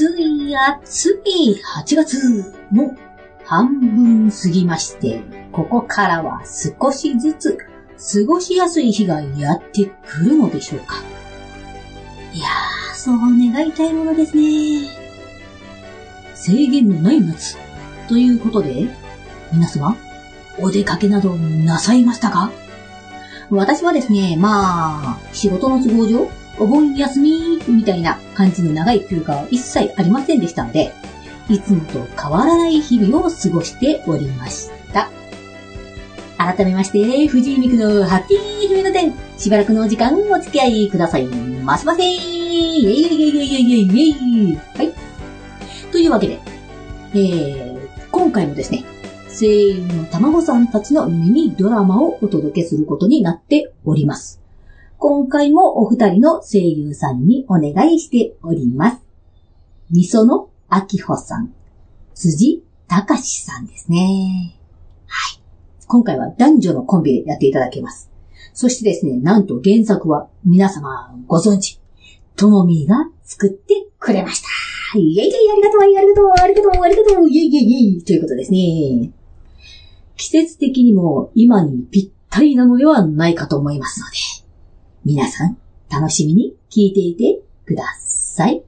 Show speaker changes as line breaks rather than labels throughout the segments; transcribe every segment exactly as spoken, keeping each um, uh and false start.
暑い暑いはちがつも半分過ぎまして、ここからは少しずつ過ごしやすい日がやってくるのでしょうか。いやー、そう願いたいものですね。制限のない夏ということで、皆様お出かけなどなさいましたか？私はですね、まあ仕事の都合上お盆休みみたいな感じの長い休暇は一切ありませんでしたので、いつもと変わらない日々を過ごしておりました。改めまして、藤井美久のハッピーひめの伝、しばらくのお時間お付き合いくださいませませ。イェイイェイイェイイェイイェイイェイイェイ。はい。というわけで、えー、今回もですね、声優の卵さんたちのミニドラマをお届けすることになっております。今回もお二人の声優さんにお願いしております。みそのあきほさん、辻たかしさんですね。はい。今回は男女のコンビでやっていただけます。そしてですね、なんと原作は皆様ご存知、ともみーが作ってくれました。イェイイェイ、ありがとう、ありがとう、ありがとう、ありがとう、イェイイェイイェイということですね。季節的にも今にぴったりなのではないかと思いますので、皆さん楽しみに聞いていてください。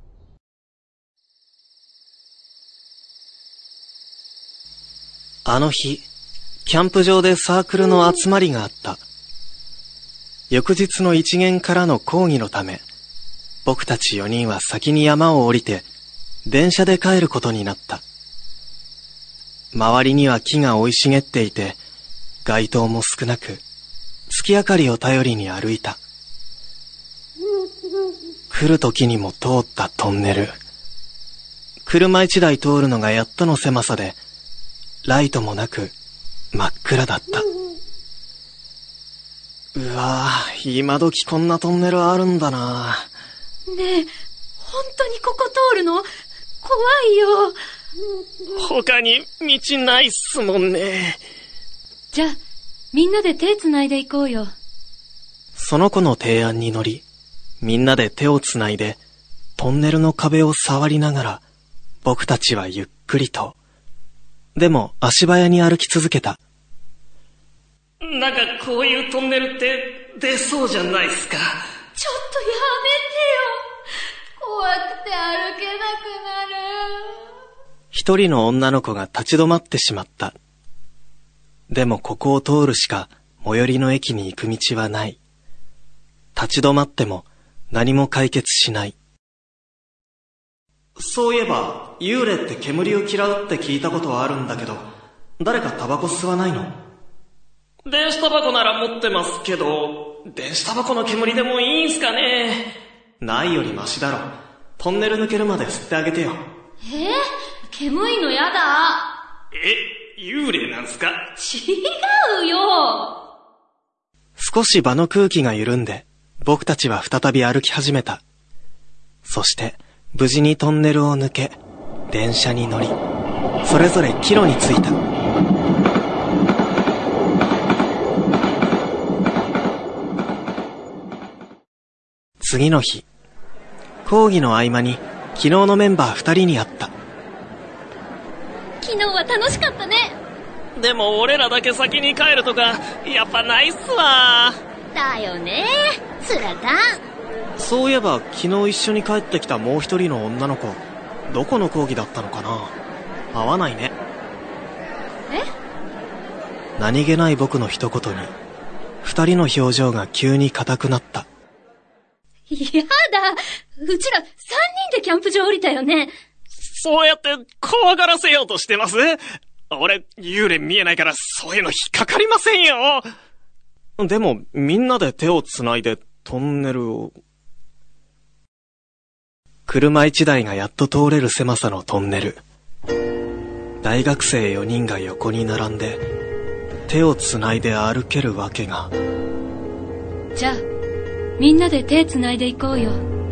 あの日、キャンプ場でサークルの集まりがあった。翌日の一限からの講義のため、僕たちよにんは先に山を降りて、電車で帰ることになった。周りには木が生い茂っていて、街灯も少なく、月明かりを頼りに歩いた。来る時にも通ったトンネル。車一台通るのがやっとの狭さで、ライトもなく真っ暗だった。うわぁ、今時こんなトンネルあるんだな。
ねえ、本当にここ通るの？怖いよ。
他に道ないっすもんね。
じゃあ、みんなで手つないでいこうよ。
その子の提案に乗り、みんなで手をつないで、トンネルの壁を触りながら、僕たちはゆっくりと、でも足早に歩き続けた。なんかこういうトンネルって出そうじゃないっすか。
ちょっとやめてよ。怖くて歩けなくなる。
一人の女の子が立ち止まってしまった。でもここを通るしか最寄りの駅に行く道はない。立ち止まっても何も解決しない。そういえば幽霊って煙を嫌うって聞いたことはあるんだけど、誰かタバコ吸わないの？電子タバコなら持ってますけど、電子タバコの煙でもいいんすかね？ないよりマシだろ。トンネル抜けるまで吸ってあげてよ。
え？煙いのやだ。
え、幽霊なんすか？
違うよ。
少し場の空気が緩んで、僕たちは再び歩き始めた。そして無事にトンネルを抜け、電車に乗り、それぞれ帰路に着いた。次の日、講義の合間に昨日のメンバー二人に会った。
昨日は楽しかったね。
でも俺らだけ先に帰るとかやっぱないっすわ。
だよね、スラタン。
そういえば昨日一緒に帰ってきたもう一人の女の子、どこの講義だったのかな？会わないね。
え？
何気ない僕の一言に二人の表情が急に硬くなった。
やだ、うちら三人でキャンプ場降りたよね。
そうやって怖がらせようとしてます？俺幽霊見えないからそういうの引っかかりませんよ。でもみんなで手をつないでトンネルを。車一台がやっと通れる狭さのトンネル。大学生よにんが横に並んで手をつないで歩けるわけが。
じゃあみんなで手つないでいこうよ。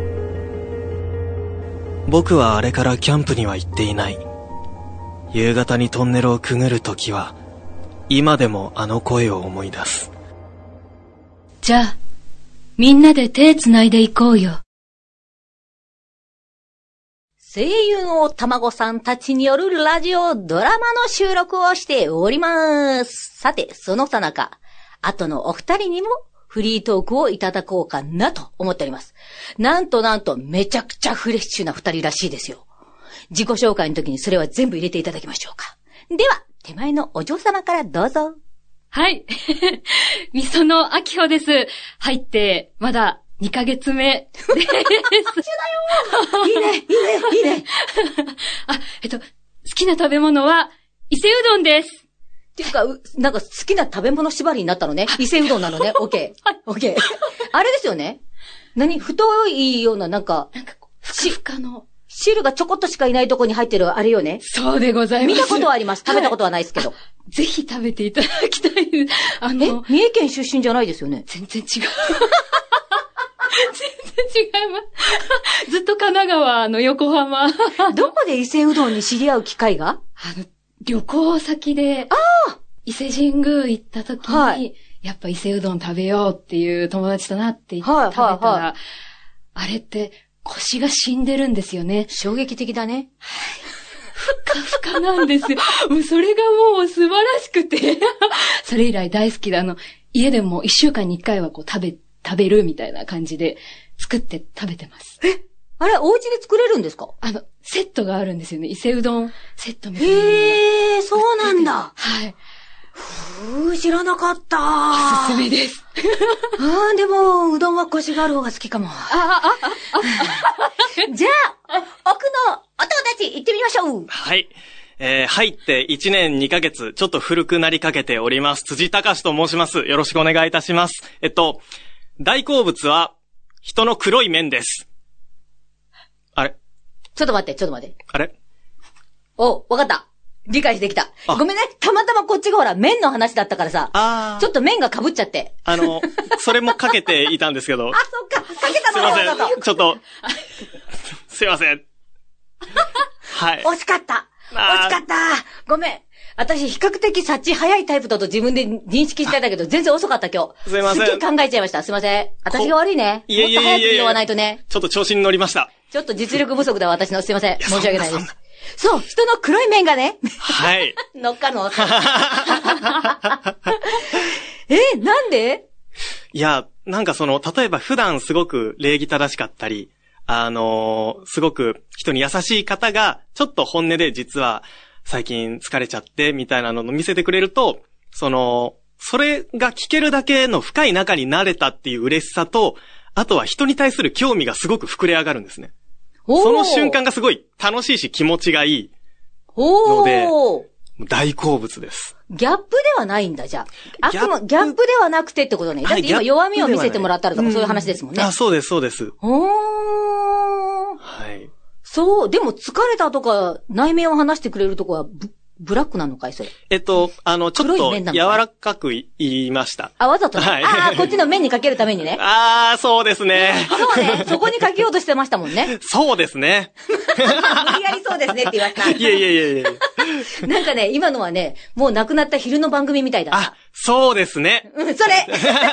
僕はあれからキャンプには行っていない。夕方にトンネルをくぐるときは今でもあの声を思い出す。
じゃあみんなで手つないでいこうよ。
声優の卵さんたちによるラジオドラマの収録をしております。さて、そのさなか、後のお二人にもフリートークをいただこうかなと思っております。なんとなんとめちゃくちゃフレッシュな二人らしいですよ。自己紹介の時にそれは全部入れていただきましょうか。では、手前のお嬢様からどうぞ。
はい。みそのあきほです。入って、まだにかげつめです。一緒だ
よいいね、いいね、いいね。
あ、えっと、好きな食べ物は、伊勢うどんです。
っていうか、なんか好きな食べ物縛りになったのね。伊勢うどんなのね。オッケー。オッケー。あれですよね。何太いような、なんか、
なんかこう、ふかふかの。
汁がちょこっとしかいないとこに入ってるあれよね。
そうでございます。
見たことはあります。食べたことはないですけど。はい、
ぜひ食べていただきたいです。あの、
え、三重県出身じゃないですよね。
全然違う。全然違います。ずっと神奈川の横浜。
どこで伊勢うどんに知り合う機会が？
あの、旅行先で、
ああ
伊勢神宮行った時に、はい、やっぱ伊勢うどん食べようっていう友達となって言って、はい、食べたら、はいはい、あれって、腰が死んでるんですよね。
衝撃的だね。
ふかふかなんですよ。もうそれがもう素晴らしくて。それ以来大好きで、あの、家でも一週間に一回はこう食べ、食べるみたいな感じで作って食べてます。
えあれ、お家で作れるんですか？
あの、セットがあるんですよね。伊勢うどんセットみたいな。
へー、そうなんだ。
はい。
ふー、知らなかった。
おすすめです。
あー、でも、うどんはコシがある方が好きかも。あ、あ、あ、あ。じゃあ、奥のお友達行ってみましょう。
はい。えー、入っていちねんにかげつ、ちょっと古くなりかけております。辻隆と申します。よろしくお願いいたします。えっと、大好物は、人の黒い麺です。あれ？
ちょっと待って、ちょっと待って。
あれ？
お、わかった。理解してきた。ごめんね。たまたまこっちがほら、麺の話だったからさ。あちょっと麺が被っちゃって。
あの、それもかけていたんですけど。
あ、そっか。かけたの
ね。すいません。ちょっと。すいません。はい。
惜しかった。惜しかった。ごめん。私、比較的察知早いタイプだと自分で認識してたけど、全然遅かった今日。
すいません。
すっげえ考えちゃいました。すいません。私が悪いね。
いえいえいえいえ。もっと早く
言わないとね。
ちょっと調子に乗りました。
ちょっと実力不足だ私の。すいません。申し訳ないです。そう、人の黒い面がね。
はい。
乗っかるの。え、なんで？
いや、なんかその、例えば普段すごく礼儀正しかったり、あのー、すごく人に優しい方が、ちょっと本音で実は最近疲れちゃってみたいなのを見せてくれると、その、それが聞けるだけの深い仲になれたっていう嬉しさと、あとは人に対する興味がすごく膨れ上がるんですね。その瞬間がすごい楽しいし気持ちがいいので、大好物です。
ギャップではないんだ、じゃあ。あくま、ギャップではなくてってことね。だって今弱みを見せてもらったらとかそういう話ですもんね。
あ、そうです、そうです。
おー。
はい。
そう、でも疲れたとか内面を話してくれるとこはブ、ブラックなのかいそれ。
えっと、あの、ちょっと柔らかく言いました。
あ、わざとね。はい。ああ、こっちの面にかけるためにね。
ああ、そうですね。
そうね。そこにかけようとしてましたもんね。
そうですね。
無理やりそうですねって言われた。
いやいやいやいや。
なんかね、今のはね、もう亡くなった昼の番組みたいだった。
あ、そうですね。
うん、それ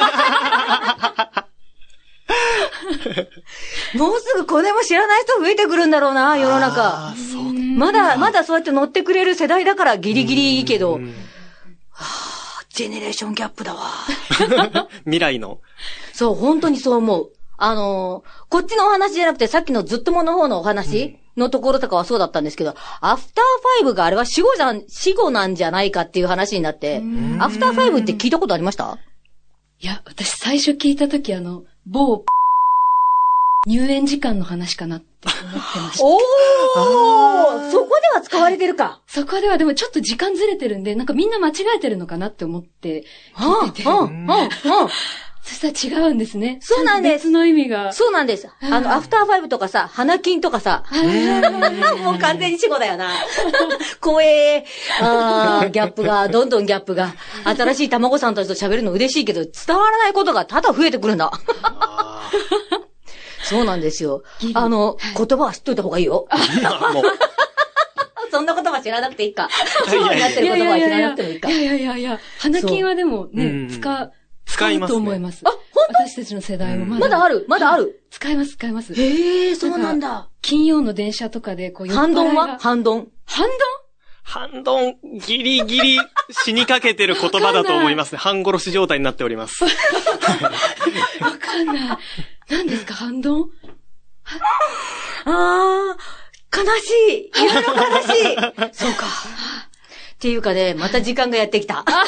もうすぐこれも知らない人増えてくるんだろうな、世の中。
あそう
まだ、まだそうやって乗ってくれる世代だからギリギリいいけど。はあ、ジェネレーションギャップだわ。
未来の。
そう、本当にそう思う。あのー、こっちのお話じゃなくてさっきのずっともの方のお話のところとかはそうだったんですけど、アフターファイブがあれは死後じゃん、死後なんじゃないかっていう話になって、アフターファイブって聞いたことありました？
いや、私最初聞いたときあの、某、入園時間の話かなって思ってました。
おー、そこでは使われてるか。
そこではでもちょっと時間ずれてるんで、なんかみんな間違えてるのかなって思って聞いてて。
うん、うん、うん。
そしたら違うんですね。
そうなんです。
別の意味が。
そうなんです。あの、アフターファイブとかさ、花金とかさ。もう完全に死後だよな。怖え。あー、ギャップが、どんどんギャップが。新しい卵さんたちと喋るの嬉しいけど、伝わらないことがただ増えてくるんだ。そうなんですよ。あの、言葉は知っといた方がいいよ。そんな言葉知らなくていいか。今になってる言葉は知らなくてもいいか。
いやいやいやいや、花金はでもね、使う。
使います、ね。
と思います。
あ、本当？
私たちの世代もまだ。
まだあるまだある。
使います、使います。
へえ、そうなんだ。
金曜の電車とかで、こう、
ハンドンはハンドン。
ハン
ハンドン、ギリギリ死にかけてる言葉だと思いますね。半殺し状態になっております。
わかんない。何ですか、ハンドン？
あー、悲しい。いろいろ悲しい。そうか。っていうかね、また時間がやってきた。だから、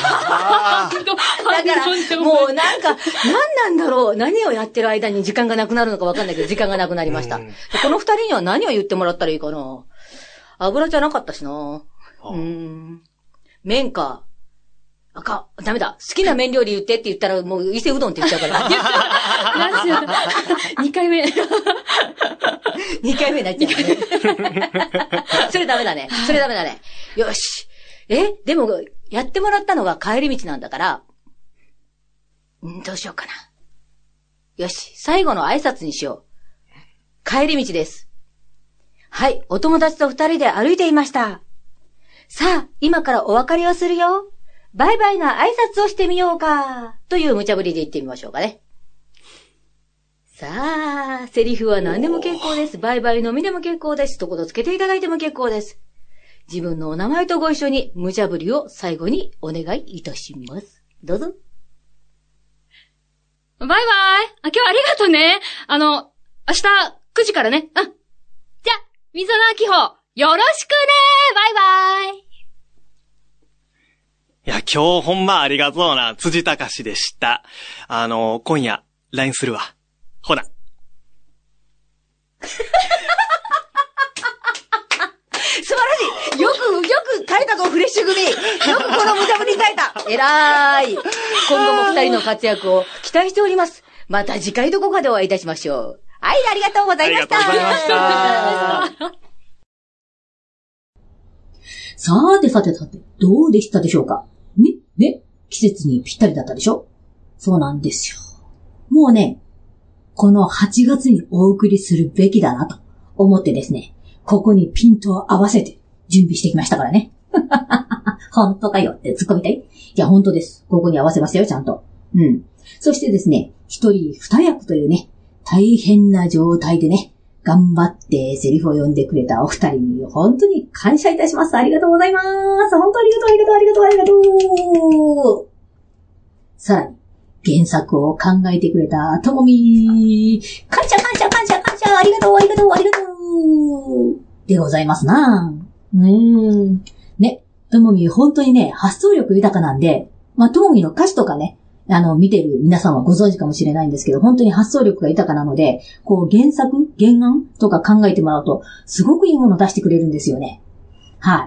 もうなんか、何なんだろう。何をやってる間に時間がなくなるのかわかんないけど、時間がなくなりました。この二人には何を言ってもらったらいいかな。油じゃなかったしな。うーん。麺か。あかん。ダメだ。好きな麺料理言ってって言ったら、もう伊勢うどんって言っちゃうから。
何しよう。二回目。
二回目になっちゃうね。それダメだね。それダメだね。よし。えでも、やってもらったのが帰り道なんだから、んどうしようかな。よし。最後の挨拶にしよう。帰り道です。はい。お友達と二人で歩いていました。さあ、今からお別れをするよ。バイバイな挨拶をしてみようか。という無茶ぶりで言ってみましょうかね。さあ、セリフは何でも結構です。バイバイのみでも結構です。一言つけていただいても結構です。自分のお名前とご一緒に無茶ぶりを最後にお願いいたします。どうぞ。
バイバイ。あ、今日はありがとうね。あの、明日くじからね。うん。じゃ、溝野明穂、よろしくね。バイバイ。
いや、今日ほんまありがとうな、辻隆でした。あの、今夜、ライン するわ。ほな。
素晴らしい。よく、よく耐えたぞ、フレッシュ組。よくこの無茶ぶりに耐えた。偉い。今後も二人の活躍を期待しております。また次回どこかでお会いいたしましょう。はい、ありがとうございました。
ありがとうございました。
さーてさてさて、どうでしたでしょうか？ね、ね、季節にぴったりだったでしょ？そうなんですよ。もうね、このはちがつにお送りするべきだなと思ってですね、ここにピントを合わせて準備してきましたからね。本当かよって突っ込みたい？いや、本当です。ここに合わせましたよ、ちゃんと。うん。そしてですね、一人二役というね、大変な状態でね、頑張ってセリフを読んでくれたお二人に本当に感謝いたします。ありがとうございます。本当ありがとう、ありがとう、ありがとう、ありがとう。さらに、原作を考えてくれたともみー。感謝、感謝、感謝、感謝、ありがとう、ありがとう、ありがとう。でございますな。うーん。ね、ともみー本当にね、発想力豊かなんで、まあ、ともみーの歌詞とかね、あの、見てる皆さんはご存知かもしれないんですけど、本当に発想力が豊かなので、こう、原作、原案とか考えてもらうと、すごくいいものを出してくれるんですよね。はい。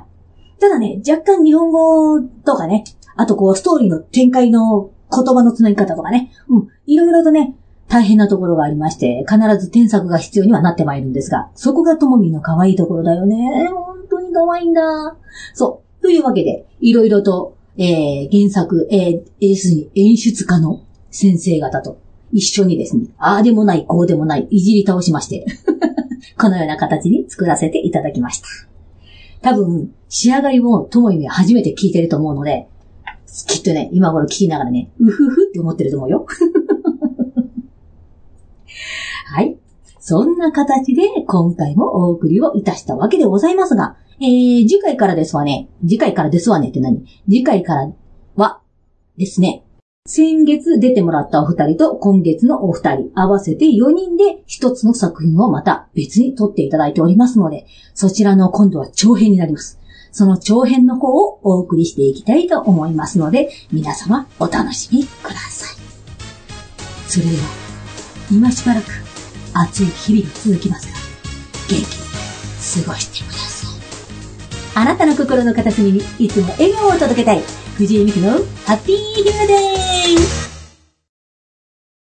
ただね、若干日本語とかね、あとこう、ストーリーの展開の言葉のつなぎ方とかね、うん、いろいろとね、大変なところがありまして、必ず添削が必要にはなってまいるんですが、そこがともみの可愛いところだよね。本当に可愛いんだ。そう。というわけで、いろいろと、えー、原作、えー、要するに演出家の先生方と一緒にですね、ああでもない、こうでもない、いじり倒しまして、このような形に作らせていただきました。多分、仕上がりもともみは初めて聞いてると思うので、きっとね、今頃聞きながらね、うふふって思ってると思うよ。はい。そんな形で今回もお送りをいたしたわけでございますが、えー、次回からですわね。次回からですわねって何？次回からはですね、先月出てもらったお二人と今月のお二人合わせてよにんで一つの作品をまた別に撮っていただいておりますので、そちらの今度は長編になります。その長編の方をお送りしていきたいと思いますので、皆様お楽しみください。それでは、今しばらく暑い日々が続きますが、元気に過ごしてください。あなたの心の片隅にいつも笑顔を届けたい藤井美久のハッピーヒューデー。